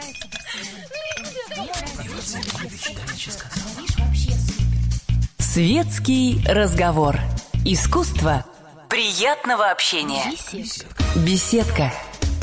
Светский разговор. Искусство приятного общения. Беседка.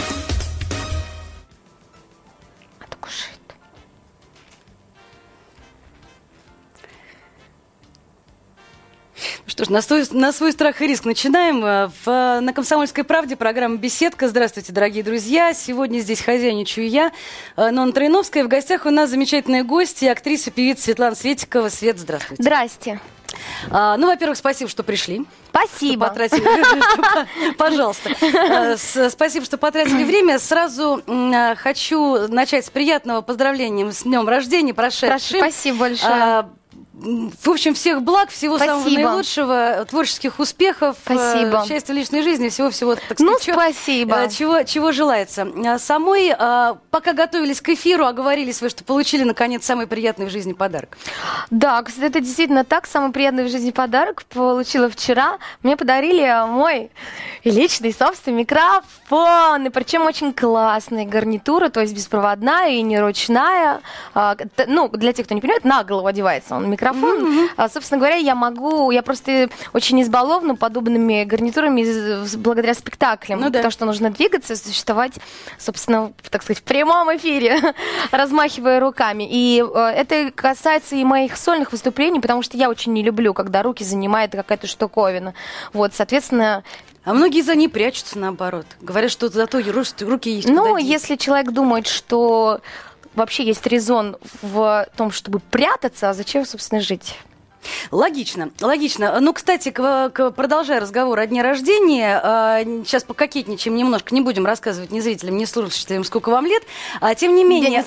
Что ж, на свой страх и риск начинаем. На «Комсомольской правде» программа «Беседка». Здравствуйте, дорогие друзья. Сегодня здесь хозяйничаю я, Нонна Троиновская. В гостях у нас замечательные гости, актриса, певица Светлана Светикова. Свет, здравствуйте. Здрасте. Во-первых, спасибо, что пришли. Спасибо. Пожалуйста. Спасибо, что потратили время. Сразу хочу начать с приятного поздравления с днем рождения прошедшим. Спасибо большое. В общем, всех благ, всего самого наилучшего, творческих успехов, счастья в личной жизни, всего-всего, так сказать, спасибо. Чего желается. Самой, пока готовились к эфиру, оговорились вы, что получили, наконец, самый приятный в жизни подарок. Да, кстати, это действительно так. Самый приятный в жизни подарок получила вчера. Мне подарили мой личный собственный микрофон, и причем очень классная гарнитура, то есть беспроводная и не ручная. Для тех, кто не понимает, на голову одевается он микрофон. Собственно говоря, я просто очень избалована подобными гарнитурами благодаря спектаклям, потому что нужно двигаться, существовать, собственно, так сказать, в прямом эфире, размахивая руками. И это касается и моих сольных выступлений, потому что я очень не люблю, когда руки занимает какая-то штуковина. Соответственно... А многие за ней прячутся, наоборот. Говорят, что зато руки есть. Если человек думает, что... Вообще есть резон в том, чтобы прятаться, а зачем, собственно, жить? Логично. Кстати, продолжая разговор о дне рождения, сейчас пококетничаем немножко, не будем рассказывать ни зрителям, ни слушателям, сколько вам лет. Тем не менее,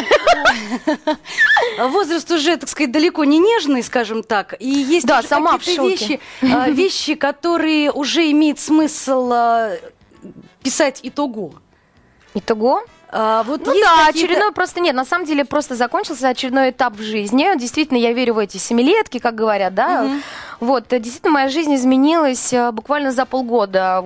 возраст уже, так сказать, далеко не нежный, скажем так. И есть сама какие-то вещи, которые уже имеет смысл писать итого. Итого? Очередной на самом деле просто закончился очередной этап в жизни. Действительно, я верю в эти семилетки, как говорят, да. Действительно, моя жизнь изменилась буквально за полгода,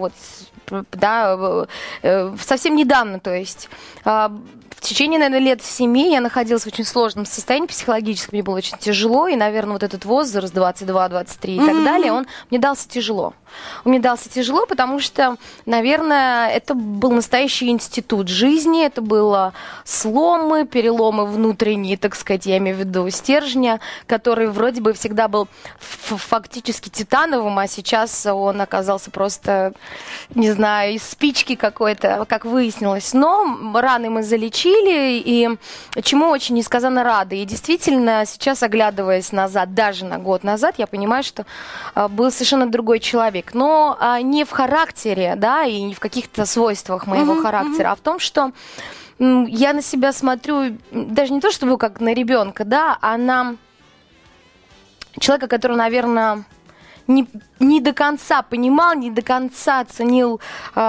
совсем недавно, то есть. В течение, наверное, лет 7 я находилась в очень сложном состоянии психологическом, мне было очень тяжело, и, наверное, этот возраст 22, 23 и так далее, он мне дался тяжело. Он мне дался тяжело, потому что, наверное, это был настоящий институт жизни, это было сломы, переломы внутренние, так сказать, я имею в виду стержня, который вроде бы всегда был фактически титановым, а сейчас он оказался просто, не знаю, из спички какой-то, как выяснилось. Но раны мы залечили, и чему очень несказанно рады. И действительно, сейчас, оглядываясь назад, даже на год назад, я понимаю, что был совершенно другой человек. Но не в характере, да, и не в каких-то свойствах моего характера, а в том, что я на себя смотрю даже не то, чтобы как на ребенка, да, а на человека, который, наверное, не до конца понимал, не до конца оценил,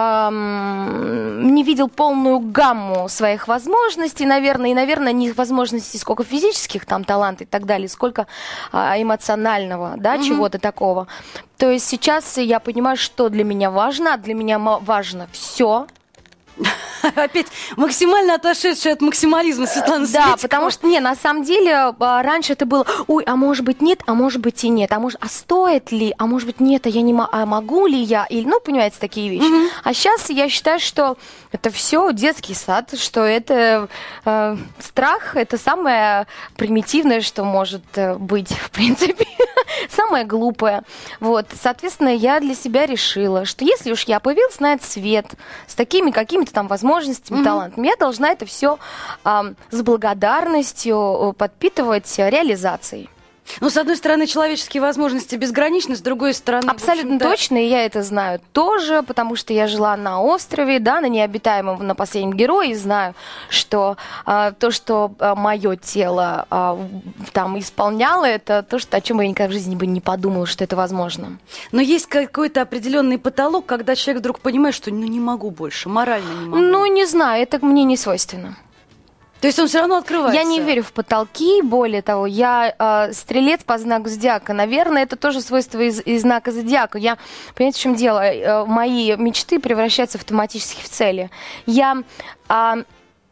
не видел полную гамму своих возможностей, наверное, не возможностей сколько физических там талантов и так далее, сколько эмоционального, да, чего-то такого. То есть сейчас я понимаю, что для меня важно, а для меня важно все. Опять максимально отошедшая от максимализма Светлана Светикова. Да, потому что, на самом деле, раньше это было, а может быть нет, а может быть и нет, а стоит ли, а может быть нет, а могу ли я, или, понимаете, такие вещи. А сейчас я считаю, что это все детский сад, что это страх, это самое примитивное, что может быть, в принципе, самое глупое. Соответственно, я для себя решила, что если уж я появилась на этот свет с такими какими-то там возможностями, талантами, я должна это все с благодарностью подпитывать реализацией. С одной стороны, человеческие возможности безграничны, с другой стороны... Абсолютно точно, и я это знаю тоже, потому что я жила на острове, да, на необитаемом, на последнем герое, и знаю, что то, что мое тело там исполняло, это то, о чем я никогда в жизни бы не подумала, что это возможно. Но есть какой-то определенный потолок, когда человек вдруг понимает, что не могу больше, морально не могу. Не знаю, это мне не свойственно. То есть он все равно открывается? Я не верю в потолки, более того, я стрелец по знаку зодиака. Наверное, это тоже свойство из знака зодиака. Понимаете, в чем дело? Мои мечты превращаются автоматически в цели.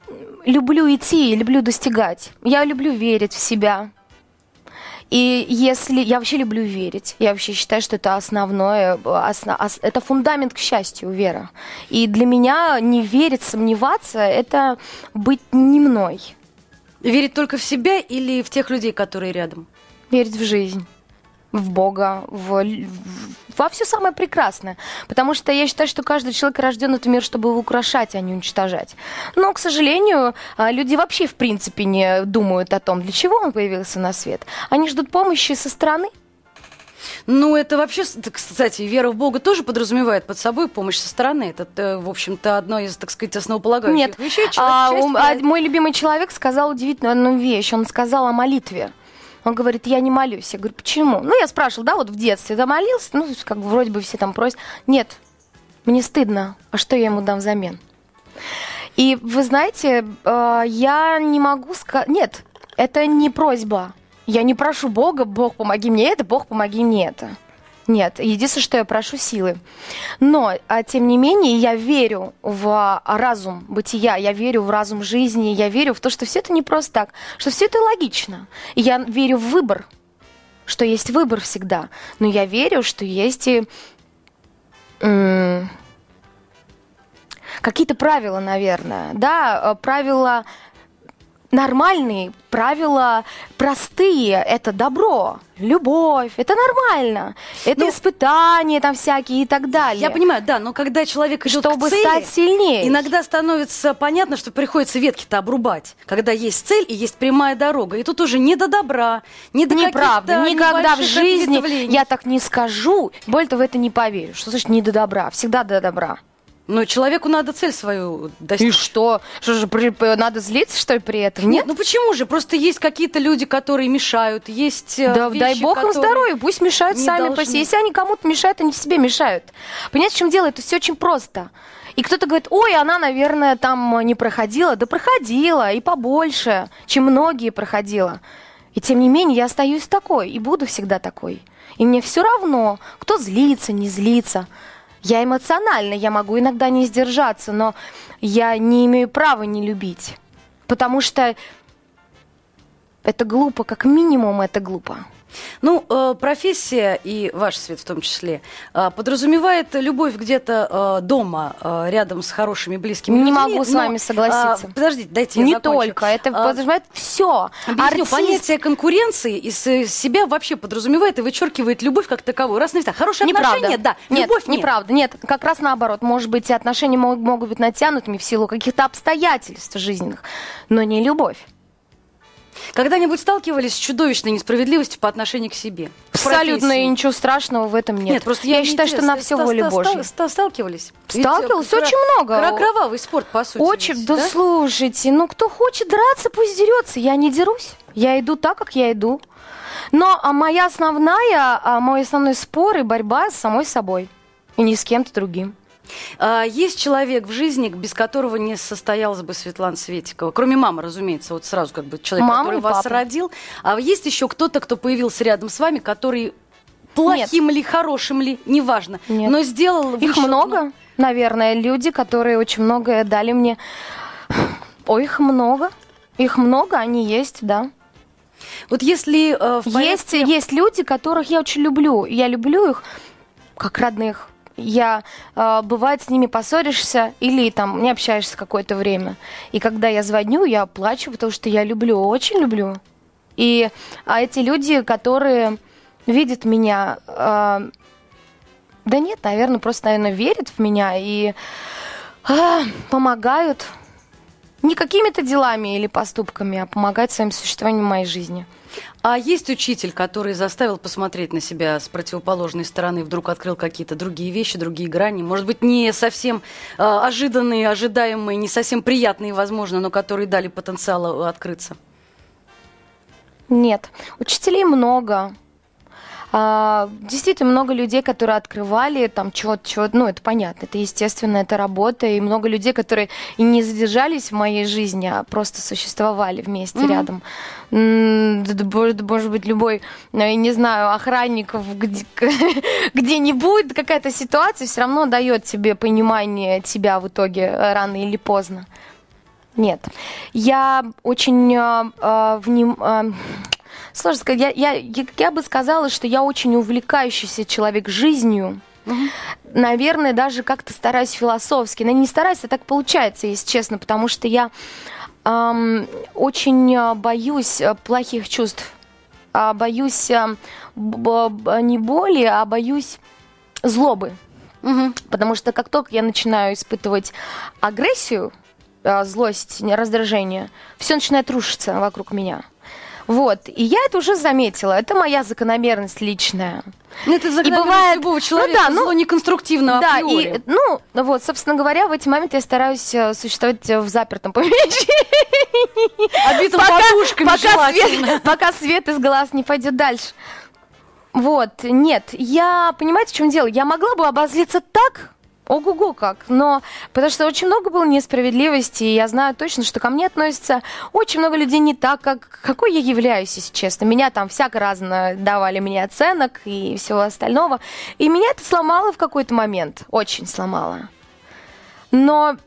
люблю идти, люблю достигать. Я люблю верить в себя. И если... Я вообще люблю верить. Я вообще считаю, что это основное... Это фундамент к счастью, вера. И для меня не верить, сомневаться, это быть не мной. Верить только в себя или в тех людей, которые рядом? Верить в жизнь, в Бога, во все самое прекрасное. Потому что я считаю, что каждый человек рожден в этот мир, чтобы его украшать, а не уничтожать. Но, к сожалению, люди вообще в принципе не думают о том, для чего он появился на свет. Они ждут помощи со стороны. Ну, это вообще, кстати, вера в Бога тоже подразумевает под собой помощь со стороны. Это, в общем-то, одно из, так сказать, основополагающих вещей. Мой любимый человек сказал удивительную одну вещь. Он сказал о молитве. Он говорит, я не молюсь. Я говорю, почему? Ну, я спрашивала, да, вот в детстве, да, молился? Ну, как бы вроде бы все там просят. Нет, мне стыдно. А что я ему дам взамен? И вы знаете, я не могу сказать... Нет, это не просьба. Я не прошу Бога, Бог, помоги мне это, Бог, помоги мне это. Нет, единственное, что я прошу силы. Но, тем не менее, я верю в разум бытия, я верю в разум жизни, я верю в то, что все это не просто так, что все это логично. И я верю в выбор, что есть выбор всегда. Но я верю, что есть и какие-то правила, наверное. Да, правила нормальные, правила простые. Это добро, любовь, это нормально. Это испытания там всякие и так далее. Я понимаю, да, но когда человек идет чтобы к цели, стать сильнее, иногда становится понятно, что приходится ветки-то обрубать, когда есть цель и есть прямая дорога. И тут уже не до добра, не до неправда, никогда в жизни ответвлений. Я так не скажу. Более того, в это не поверю. Что значит не до добра? Всегда до добра. Но человеку надо цель свою достичь. И что? Что же, надо злиться, что ли, при этом? Нет, ну почему же? Просто есть какие-то люди, которые мешают, есть да, вещи, дай бог им здоровья, пусть мешают сами по себе. Если они кому-то мешают, они себе мешают. Понимаете, в чем дело? Это все очень просто. И кто-то говорит, ой, она, наверное, там не проходила. Да проходила, и побольше, чем многие проходила. И тем не менее, я остаюсь такой, и буду всегда такой. И мне все равно, кто злится, не злится. Я эмоциональна, я могу иногда не сдержаться, но я не имею права не любить. Потому что это глупо, как минимум это глупо. Ну, профессия, и ваш, Свет, в том числе, подразумевает любовь где-то дома, рядом с хорошими, близкими людьми. Не могу с вами согласиться. Подождите, дайте я закончу. Не только, это подразумевает все. Объясню, понятие конкуренции из себя вообще подразумевает и вычеркивает любовь как таковую. Раз навсегда. Хорошие отношения, да, нет, любовь нет. Неправда, нет, как раз наоборот. Может быть, отношения могут быть натянутыми в силу каких-то обстоятельств жизненных, но не любовь. Когда-нибудь сталкивались с чудовищной несправедливостью по отношению к себе? Абсолютно, и ничего страшного в этом нет. Нет, просто я считаю, что на все воля Божья. Сталкивались? Сталкивалась очень много. Кровавый спорт, по сути. Очень, да слушайте, ну кто хочет драться, пусть дерется. Я не дерусь. Я иду так, как я иду. Но мой основной спор и борьба с самой собой. И не с кем-то другим. Есть человек в жизни, без которого не состоялась бы Светлана Светикова? Кроме мамы, разумеется, вот сразу как бы человек, мама который вас родил. А есть еще кто-то, кто появился рядом с вами, который плохим ли, хорошим ли, неважно, но сделал... Их много, наверное, люди, которые очень многое дали мне. Ой, их много. Их много, они есть, да. Вот если... Есть люди, которых я очень люблю. Я люблю их как родных. Бывает, с ними поссоришься или там не общаешься какое-то время. И когда я звоню, я плачу, потому что я люблю, очень люблю. И эти люди, которые видят меня, да нет, наверное, просто, верят в меня и помогают не какими-то делами или поступками, а помогают своим существованием в моей жизни. А есть учитель, который заставил посмотреть на себя с противоположной стороны, вдруг открыл какие-то другие вещи, другие грани, может быть, не совсем ожиданные, ожидаемые, не совсем приятные, возможно, но которые дали потенциал открыться? Нет, учителей много. Действительно, много людей, которые открывали там чего-то, ну, это понятно, это естественно, это работа, и много людей, которые и не задержались в моей жизни, а просто существовали вместе рядом. Может быть, любой, я не знаю, охранников где-нибудь, какая-то ситуация все равно дает тебе понимание тебя в итоге рано или поздно. Нет. Я очень сложно сказать. Я бы сказала, что я очень увлекающийся человек жизнью. Наверное, даже как-то стараюсь философски. Но не стараюсь, а так получается, если честно, потому что я очень боюсь плохих чувств. Боюсь не боли, а боюсь злобы. Потому что как только я начинаю испытывать агрессию, злость, раздражение, все начинает рушиться вокруг меня. Вот. И я это уже заметила. Это моя закономерность личная. Это закономерность любого человека, зло неконструктивно априори. Вот, собственно говоря, в эти моменты я стараюсь существовать в запертом помещении. Обитым подушками желательно. Пока свет из глаз не пойдет дальше. Вот, нет, понимаете, в чем дело? Я могла бы обозлиться так, ого-го как, но потому что очень много было несправедливости, и я знаю точно, что ко мне относятся очень много людей не так, какой я являюсь, если честно. Меня там всяко разно давали мне оценок и всего остального, и меня это сломало в какой-то момент, очень сломало. Но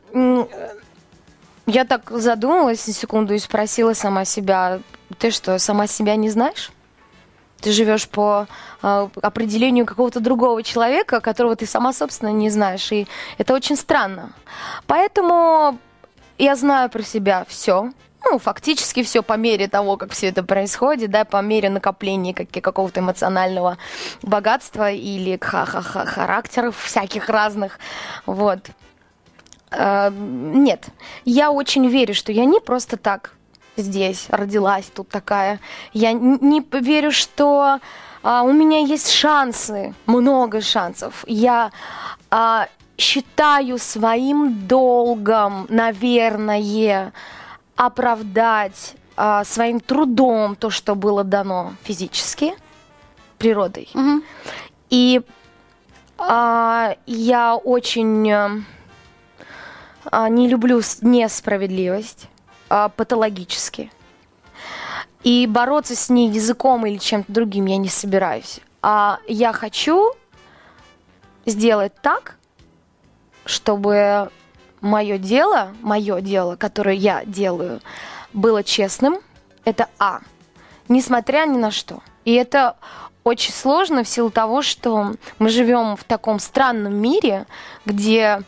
я так задумалась на секунду и спросила сама себя, ты что, сама себя не знаешь? Ты живешь по определению какого-то другого человека, которого ты сама, собственно, не знаешь. И это очень странно. Поэтому я знаю про себя все. Фактически все по мере того, как все это происходит, да, по мере накопления какого-то эмоционального богатства или характеров всяких разных. Вот. Нет, я очень верю, что я не просто так здесь родилась, тут такая. Я не верю, что у меня есть шансы, много шансов. Я считаю своим долгом, наверное, оправдать своим трудом то, что было дано физически, природой. И я очень не люблю несправедливость. Патологически. И бороться с ней языком или чем-то другим я не собираюсь. Я хочу сделать так, чтобы мое дело, которое я делаю, было честным. Это несмотря ни на что. И это очень сложно в силу того, что мы живем в таком странном мире, где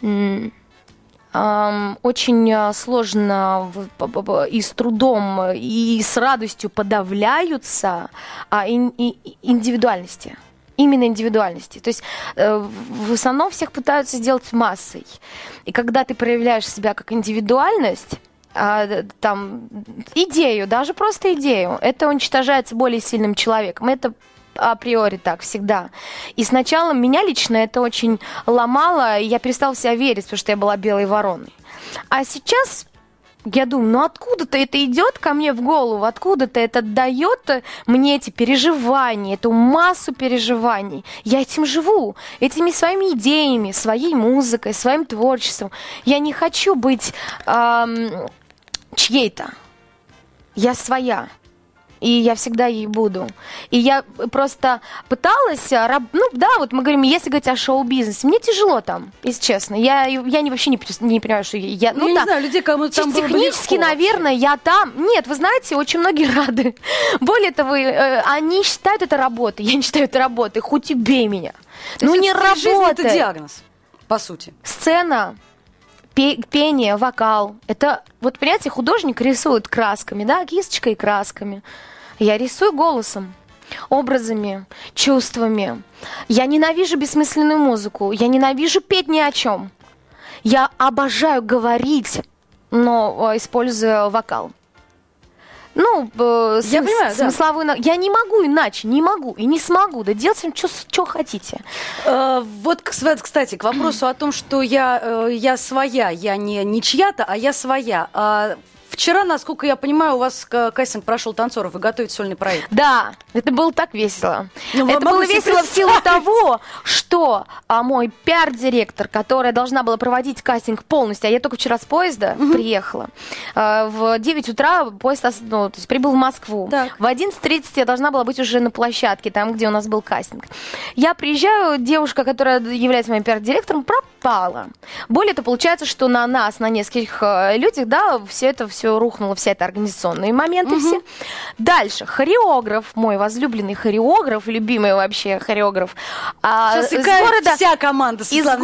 очень сложно и с трудом, и с радостью подавляются индивидуальности. Именно индивидуальности. То есть в основном всех пытаются сделать массой. И когда ты проявляешь себя как индивидуальность, там, идею, даже просто идею, это уничтожается более сильным человеком. Это априори так всегда. И сначала меня лично это очень ломало, и я перестала в себя верить, потому что я была белой вороной. А сейчас я думаю, откуда-то это идет ко мне в голову, откуда-то это дает мне эти переживания, эту массу переживаний. Я этим живу, этими своими идеями, своей музыкой, своим творчеством. Я не хочу быть чьей-то. Я своя. И я всегда ей буду. И я просто пыталась, вот мы говорим, если говорить о шоу-бизнесе, мне тяжело там, если честно. Я вообще не понимаю, что я... не знаю, людей кому-то там было бы технически, легко, наверное, вообще. Я там... Нет, вы знаете, очень многие рады. Более того, они считают это работой. Я не считаю это работой, хоть убей меня. Не работает. Это диагноз, по сути. Сцена, пение, вокал. Это, вот понимаете, художник рисует красками, да, кисточкой и красками. Я рисую голосом, образами, чувствами. Я ненавижу бессмысленную музыку. Я ненавижу петь ни о чем. Я обожаю говорить, но используя вокал. Я понимаю, смысловую... Я не могу иначе, не могу и не смогу. Да делайте что хотите. Вот, кстати, к вопросу о том, что я своя, я не чья-то, а я своя. В вчера, насколько я понимаю, у вас кастинг прошел танцоров, вы готовите сольный проект. Да, это было так весело. Ну, это было весело в силу того, что мой пиар-директор, которая должна была проводить кастинг полностью, а я только вчера с поезда приехала, в 9 утра поезд то есть прибыл в Москву. Так. В 11:30 я должна была быть уже на площадке, там, где у нас был кастинг. Я приезжаю, девушка, которая является моим пиар-директором, пропала. Более того, получается, что на нас, на нескольких людях, да, все рухнуло, вся эта организационные моменты все. Дальше, хореограф, мой возлюбленный хореограф, любимый вообще хореограф. Сейчас из города, вся команда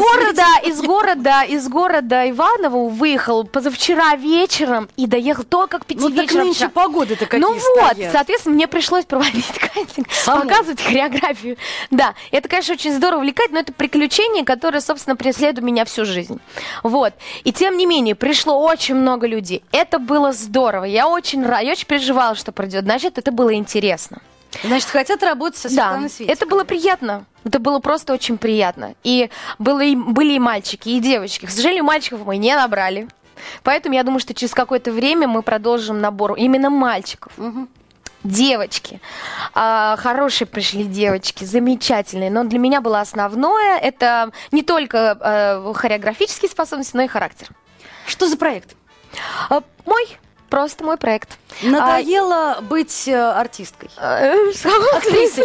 из города Иваново выехал позавчера вечером и доехал только к 5 вечера. Ну так нынче погоды-то какие стоят. Соответственно, мне пришлось проводить кастинг, показывать хореографию. Да, это, конечно, очень здорово, увлекательно, но это приключение, которое, собственно, преследует меня всю жизнь. Вот. И тем не менее, пришло очень много людей. Это было здорово. Я очень переживала, что пройдет. Значит, это было интересно. Значит, хотят работать со Светланой Светиковой. Это было приятно. Это было просто очень приятно. И были и мальчики, и девочки. К сожалению, мальчиков мы не набрали. Поэтому я думаю, что через какое-то время мы продолжим набор именно мальчиков. Девочки. Хорошие пришли девочки, замечательные. Но для меня было основное, это не только хореографические способности, но и характер. Что за проект? Просто мой проект. Надоело быть артисткой? Актрисой?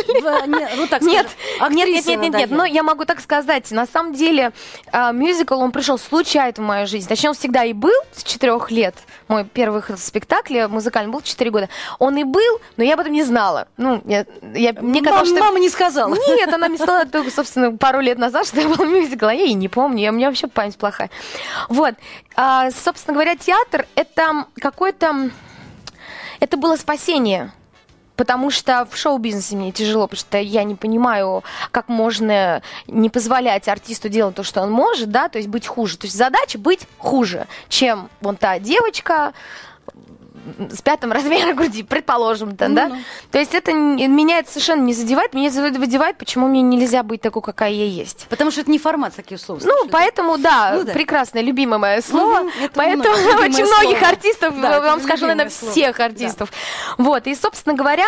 Нет. Но я могу так сказать. На самом деле, мюзикл, он пришел случайно в мою жизнь. Точнее, он всегда и был с 4 лет. Мой первый спектакль музыкальный был в 4 года. Он и был, но я об этом не знала. Мне казалось, что... Мама не сказала. Нет, она мне сказала только, собственно, пару лет назад, что я был мюзикл, а я и не помню. У меня вообще память плохая. Вот. Собственно говоря, театр — это какой-то... Это было спасение, потому что в шоу-бизнесе мне тяжело, потому что я не понимаю, как можно не позволять артисту делать то, что он может, да, то есть быть хуже. То есть задача быть хуже, чем вон та девочка с 5 размером груди, предположим, да? То есть это меня это совершенно не задевает, меня задевает, почему мне нельзя быть такой, какая я есть. Потому что это не формат, такие условия. Поэтому, да, прекрасное, любимое мое слово. Поэтому очень многих артистов, вам скажу, наверное, всех артистов. Вот, и, собственно говоря,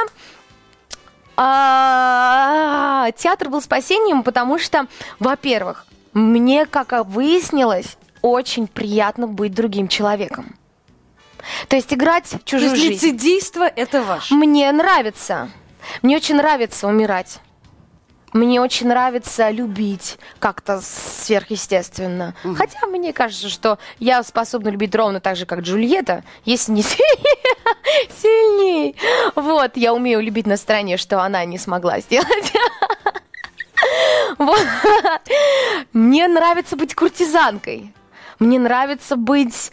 театр был спасением, потому что, во-первых, мне, как выяснилось, очень приятно быть другим человеком. То есть играть чужую жизнь. Лицедейство – это ваше. Мне нравится. Мне очень нравится умирать. Мне очень нравится любить как-то сверхъестественно. Хотя мне кажется, что я способна любить ровно так же, как Джульетта, если не сильнее. Вот, я умею любить на стороне, что она не смогла сделать. Мне нравится быть куртизанкой. Мне нравится быть...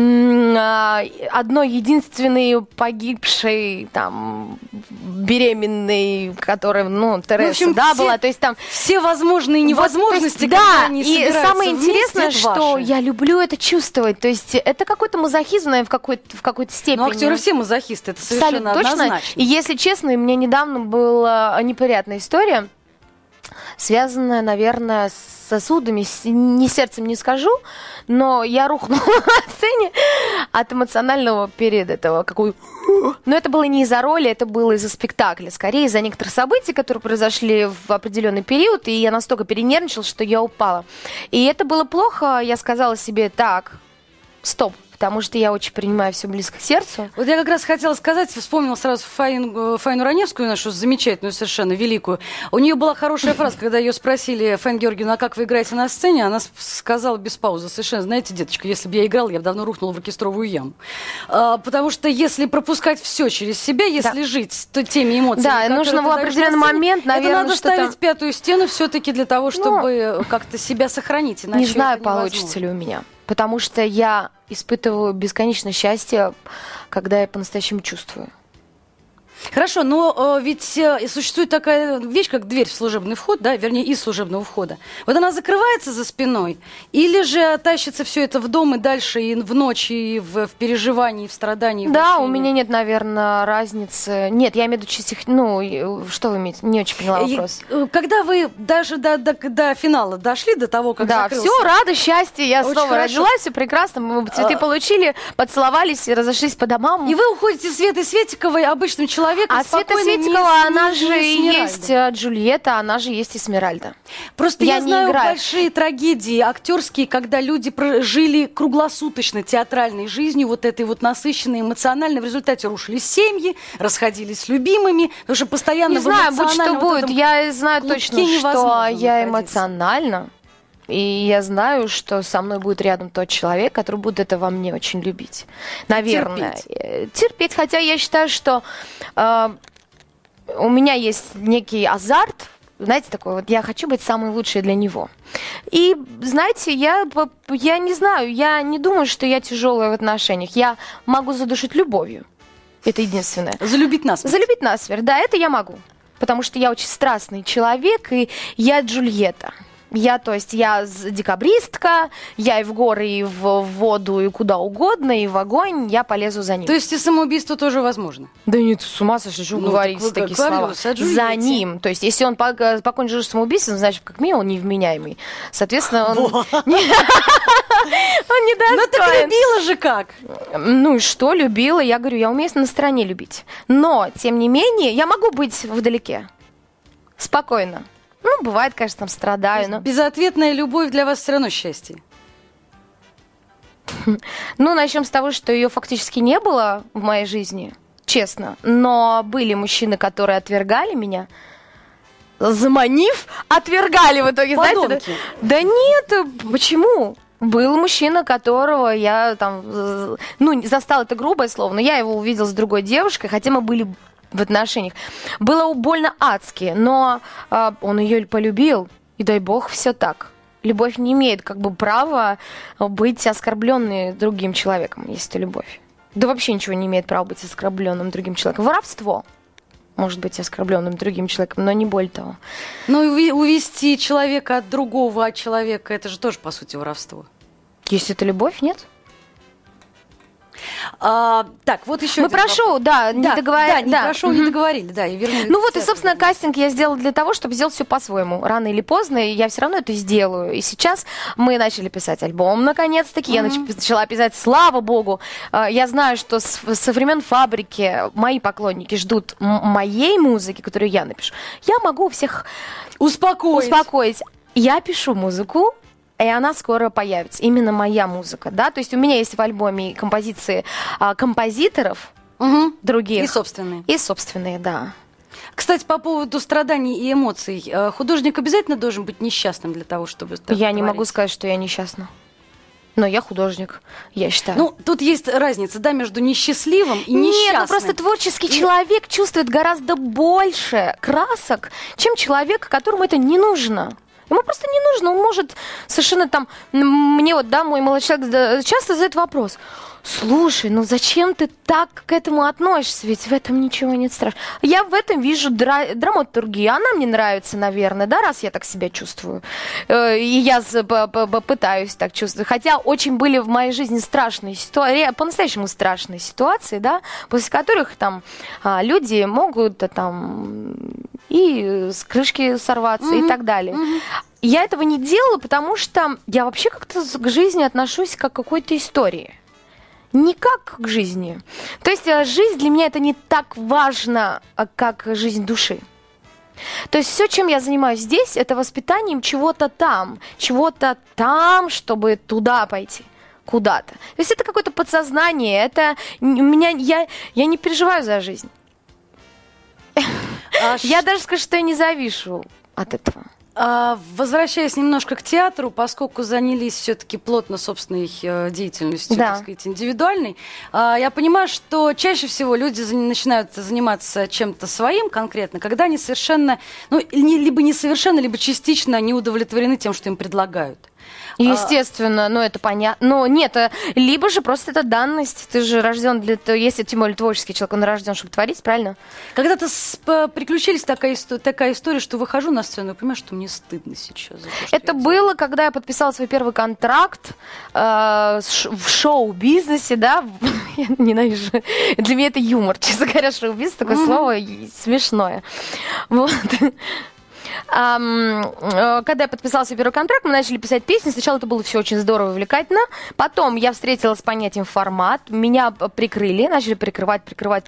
одной единственной погибшей, там, беременной, которая, Тереса, была, то есть там... Все возможные невозможности, когда они и самое интересное, что я люблю это чувствовать, то есть это какой-то мазохизм, наверное, в какой-то степени. Но актеры все мазохисты, это совершенно однозначно. И если честно, у меня недавно была неприятная история, связанная, наверное, с сосудами, не сердцем не скажу, но я рухнула на сцене от эмоционального перед этого. Но это было не из-за роли, это было из-за спектакля. Скорее, из-за некоторых событий, которые произошли в определенный период, и я настолько перенервничала, что я упала. И это было плохо, я сказала себе: так, стоп. Потому что я очень принимаю все близко к сердцу. Вот я как раз хотела сказать, вспомнила сразу Фаину Раневскую, нашу замечательную, совершенно великую. У нее была хорошая фраза, когда ее спросили: Фаина Георгиевна, а как вы играете на сцене? Она сказала без паузы совершенно: знаете, деточка, если бы я играла, я бы давно рухнула в оркестровую яму. Потому что если пропускать все через себя, если жить теми эмоциями, нужно в определенный момент, наверное, это надо ставить пятую стену все-таки для того, чтобы как-то себя сохранить. Не знаю, получится ли у меня. Потому что я испытываю бесконечное счастье, когда я по-настоящему чувствую. Хорошо, но ведь существует такая вещь, как дверь в служебный вход, да, вернее, из служебного входа. Вот она закрывается за спиной, или же тащится все это в дом и дальше, и в ночь, и в переживании, и в страдании? Да, у меня нет, наверное, разницы. Нет, я имею в виду что вы имеете? Не очень поняла вопрос. Когда вы даже до финала дошли, до того, как закрылся... Да, все, рада, счастье, я очень снова хорошо. родилась, все прекрасно, мы цветы получили, поцеловались и разошлись по домам. И вы уходите с Светой Светиковой обычным человеком. А Света Светикова, она же и есть Джульетта, она же есть Эсмеральда. Просто я знаю большие трагедии актерские, когда люди жили круглосуточно театральной жизнью, вот этой вот насыщенной, эмоциональной. В результате рушились семьи, расходились с любимыми, потому что постоянно... Не знаю, будь что будет, я знаю точно, что я эмоциональна. И я знаю, что со мной будет рядом тот человек, который будет это во мне очень любить. Наверное. Терпеть. Хотя я считаю, что у меня есть некий азарт, знаете, такой вот, я хочу быть самой лучшей для него. И, знаете, я не знаю, я не думаю, что я тяжелая в отношениях. Я могу задушить любовью. Это единственное. Залюбить насмерть. Залюбить насмерть, да, это я могу. Потому что я очень страстный человек, и я Джульетта. Я декабристка, я и в горы, и в воду, и куда угодно, и в огонь, я полезу за ним. То есть и самоубийство тоже возможно? Да нет, с ума сошли, что говорите такие слова. За ним. То есть если он покончит жизнь самоубийством, значит, как минимум, он невменяемый. Соответственно, он недостоин. Ну так любила же как? Ну и что, любила? Я говорю, я умею на стороне любить. Но, тем не менее, я могу быть вдалеке. Спокойно. Ну, бывает, конечно, там страдаю. Но... Безответная любовь для вас все равно счастье. Ну, начнем с того, что ее фактически не было в моей жизни, честно. Но были мужчины, которые отвергали меня, заманив, отвергали в итоге, подонки. Знаете? Да нет, почему? Был мужчина, которого я там, застал, это грубое слово, но я его увидела с другой девушкой, хотя мы были в отношениях. Было больно адски, но он ее полюбил, и дай бог, все так. Любовь не имеет права быть оскорбленной другим человеком, если это любовь. Да вообще ничего не имеет права быть оскорбленным другим человеком. Воровство может быть оскорбленным другим человеком, но не более того. Но увести человека от другого человека, это же тоже, по сути, воровство. Если это любовь, нет? Так, вот еще мы про шоу, не договорили. Да, про шоу не договорили, да, и вернулись. Ну вот и, собственно, кастинг я сделала для того, чтобы сделать все по-своему. Рано или поздно я все равно это сделаю. И сейчас мы начали писать альбом, наконец-таки. Я начала писать, слава богу. Я знаю, что со времен «Фабрики» мои поклонники ждут моей музыки, которую я напишу. Я могу всех успокоить. Я пишу музыку, и она скоро появится. Именно моя музыка, да? То есть у меня есть в альбоме композиции композиторов других. И собственные. И собственные, да. Кстати, по поводу страданий и эмоций. Художник обязательно должен быть несчастным для того, чтобы... Я не могу сказать, что я несчастна. Но я художник, я считаю. Ну, тут есть разница, да, между несчастливым и несчастным. Нет, просто творческий человек чувствует гораздо больше красок, чем человек, которому это не нужно. Ему просто не нужно, он может совершенно там... Мне мой молодой человек часто задает вопрос. Слушай, зачем ты так к этому относишься? Ведь в этом ничего нет страшного. Я в этом вижу драматургию. Она мне нравится, наверное, да, раз я так себя чувствую. И я пытаюсь так чувствовать. Хотя очень были в моей жизни страшные ситуации, по-настоящему страшные ситуации, да, после которых там люди могут там и с крышки сорваться и так далее. Я этого не делала, потому что я вообще как-то к жизни отношусь как к какой-то истории. Не как к жизни. То есть жизнь для меня это не так важно, как жизнь души. То есть все, чем я занимаюсь здесь, это воспитанием чего-то там, чтобы туда пойти, куда-то. То есть это какое-то подсознание, это у меня, я не переживаю за жизнь. Я даже скажу, что я не завишу от этого. Возвращаясь немножко к театру, поскольку занялись все-таки плотно собственной деятельностью, так сказать, индивидуальной, я понимаю, что чаще всего люди начинают заниматься чем-то своим конкретно, когда они совершенно, либо несовершенно, либо частично не удовлетворены тем, что им предлагают. Естественно, но это понятно. Но нет, либо же просто это данность. Ты же рожден для того, если тем более творческий человек, он рожден, чтобы творить, правильно? Когда-то приключились такая история, что выхожу на сцену и понимаю, что мне стыдно сейчас. Это было, когда я подписала свой первый контракт в шоу-бизнесе, да? Я ненавижу. Для меня это юмор, честно говоря, шоу-бизнес, такое слово смешное. Вот. Когда я подписала свой первый контракт, мы начали писать песни. Сначала это было все очень здорово и увлекательно. Потом я встретилась с понятием формат. Меня прикрыли, начали прикрывать.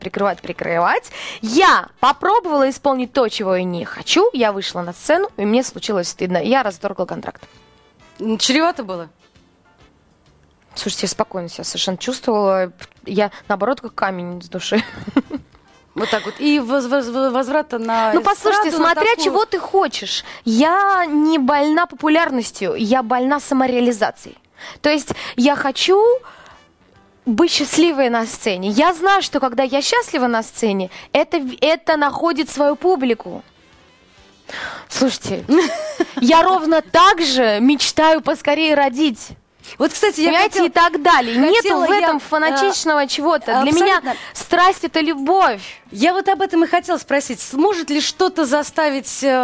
Я попробовала исполнить то, чего я не хочу. Я вышла на сцену, и мне случилось стыдно. Я расторгла контракт. Чревато было? Слушайте, я спокойно себя совершенно чувствовала. Я, наоборот, как камень с души. Вот так вот. И возврата на... Ну, послушайте, смотря такую... чего ты хочешь. Я не больна популярностью, я больна самореализацией. То есть я хочу быть счастливой на сцене. Я знаю, что когда я счастлива на сцене, это находит свою публику. Слушайте, я ровно так же мечтаю поскорее родить. Вот, кстати, я хотела... и так далее. Нету в этом фанатичного чего-то. Для меня страсть – это любовь. Я вот об этом и хотела спросить. Сможет ли что-то заставить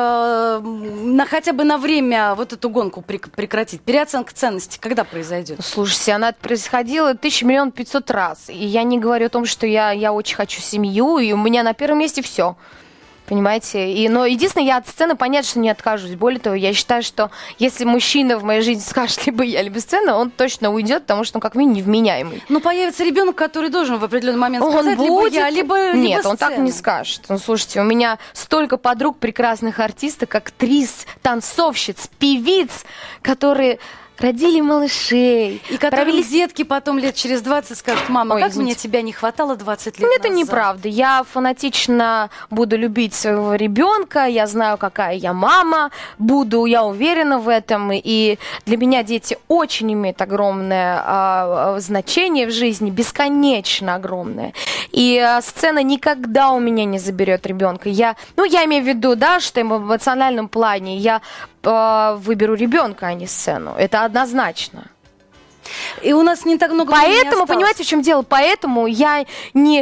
хотя бы на время вот эту гонку прекратить? Переоценка ценностей когда произойдет? Слушайте, она происходила 1 500 000 раз. И я не говорю о том, что я очень хочу семью, и у меня на первом месте все. Понимаете? Но единственное, я от сцены, понятно, что не откажусь. Более того, я считаю, что если мужчина в моей жизни скажет либо я, либо сцена, он точно уйдет, потому что он как минимум невменяемый. Ну, появится ребенок, который должен в определенный момент сказать, он будет... либо я, либо Нет, либо он так не скажет. Ну, слушайте, у меня столько подруг прекрасных артисток, актрис, танцовщиц, певиц, которые... родили малышей. И которые детки потом лет через 20 скажут: мама, как мне тебя не хватало 20 лет назад? Это неправда. Я фанатично буду любить своего ребенка, я знаю, какая я мама, я уверена в этом. И для меня дети очень имеют огромное значение в жизни, бесконечно огромное. И сцена никогда у меня не заберет ребенка. Я имею в виду, да, что в эмоциональном плане я выберу ребенка, а не сцену. Это однозначно. И у нас не так много времени Поэтому, осталось. понимаете, в чем дело? Поэтому я не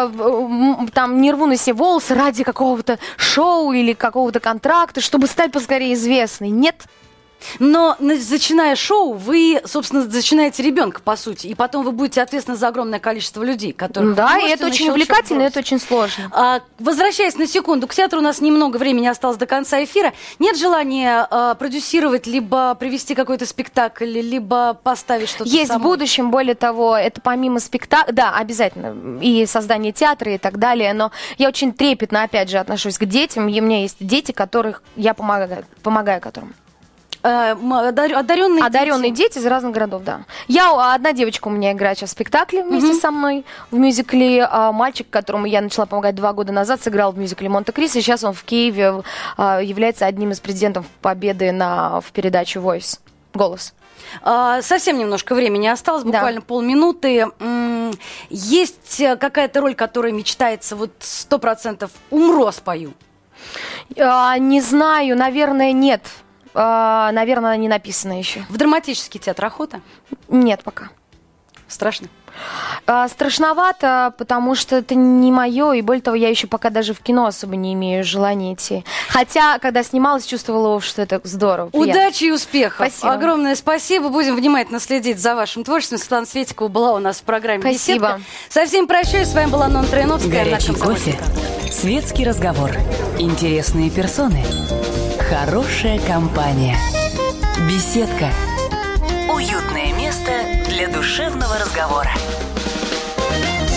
рву на себе волосы ради какого-то шоу или какого-то контракта, чтобы стать поскорее известной. Нет. Но, начиная шоу, вы, собственно, зачинаете ребенка, по сути, и потом вы будете ответственны за огромное количество людей, которые... Да, и это очень увлекательно, и это очень сложно. Возвращаясь на секунду к театру, у нас немного времени осталось до конца эфира. Нет желания продюсировать, либо привести какой-то спектакль, либо поставить что-то Есть самой? В будущем, более того, это помимо спектакля, да, обязательно, и создание театра и так далее, но я очень трепетно, опять же, отношусь к детям, и у меня есть дети, которых я помогаю которым. Одаренные дети из разных городов, да. Одна девочка у меня играет сейчас в спектакле вместе со мной в мюзикле. Мальчик, которому я начала помогать 2 года назад, сыграл в мюзикле «Монте-Кристо». Сейчас он в Киеве является одним из президентов победы в передаче «Voice». «Голос». Совсем немножко времени осталось, буквально полминуты. Есть какая-то роль, которая мечтается 100% «умру, а спою»? Не знаю, наверное, нет. Наверное, она не написана еще. В драматический театр охота? Нет пока. Страшно? Страшновато, потому что это не мое, и более того, я еще пока даже в кино особо не имею желания идти. Хотя, когда снималась, чувствовала, что это здорово. Приятно. Удачи и успехов. Спасибо. Огромное спасибо. Будем внимательно следить за вашим творчеством. Светлана Светикова была у нас в программе «Беседка». Спасибо. Со всеми прощаюсь. С вами была Нонна Троиновская. Горячий кофе, светский разговор, интересные персоны, хорошая компания. Беседка. Уютное место для душевного разговора.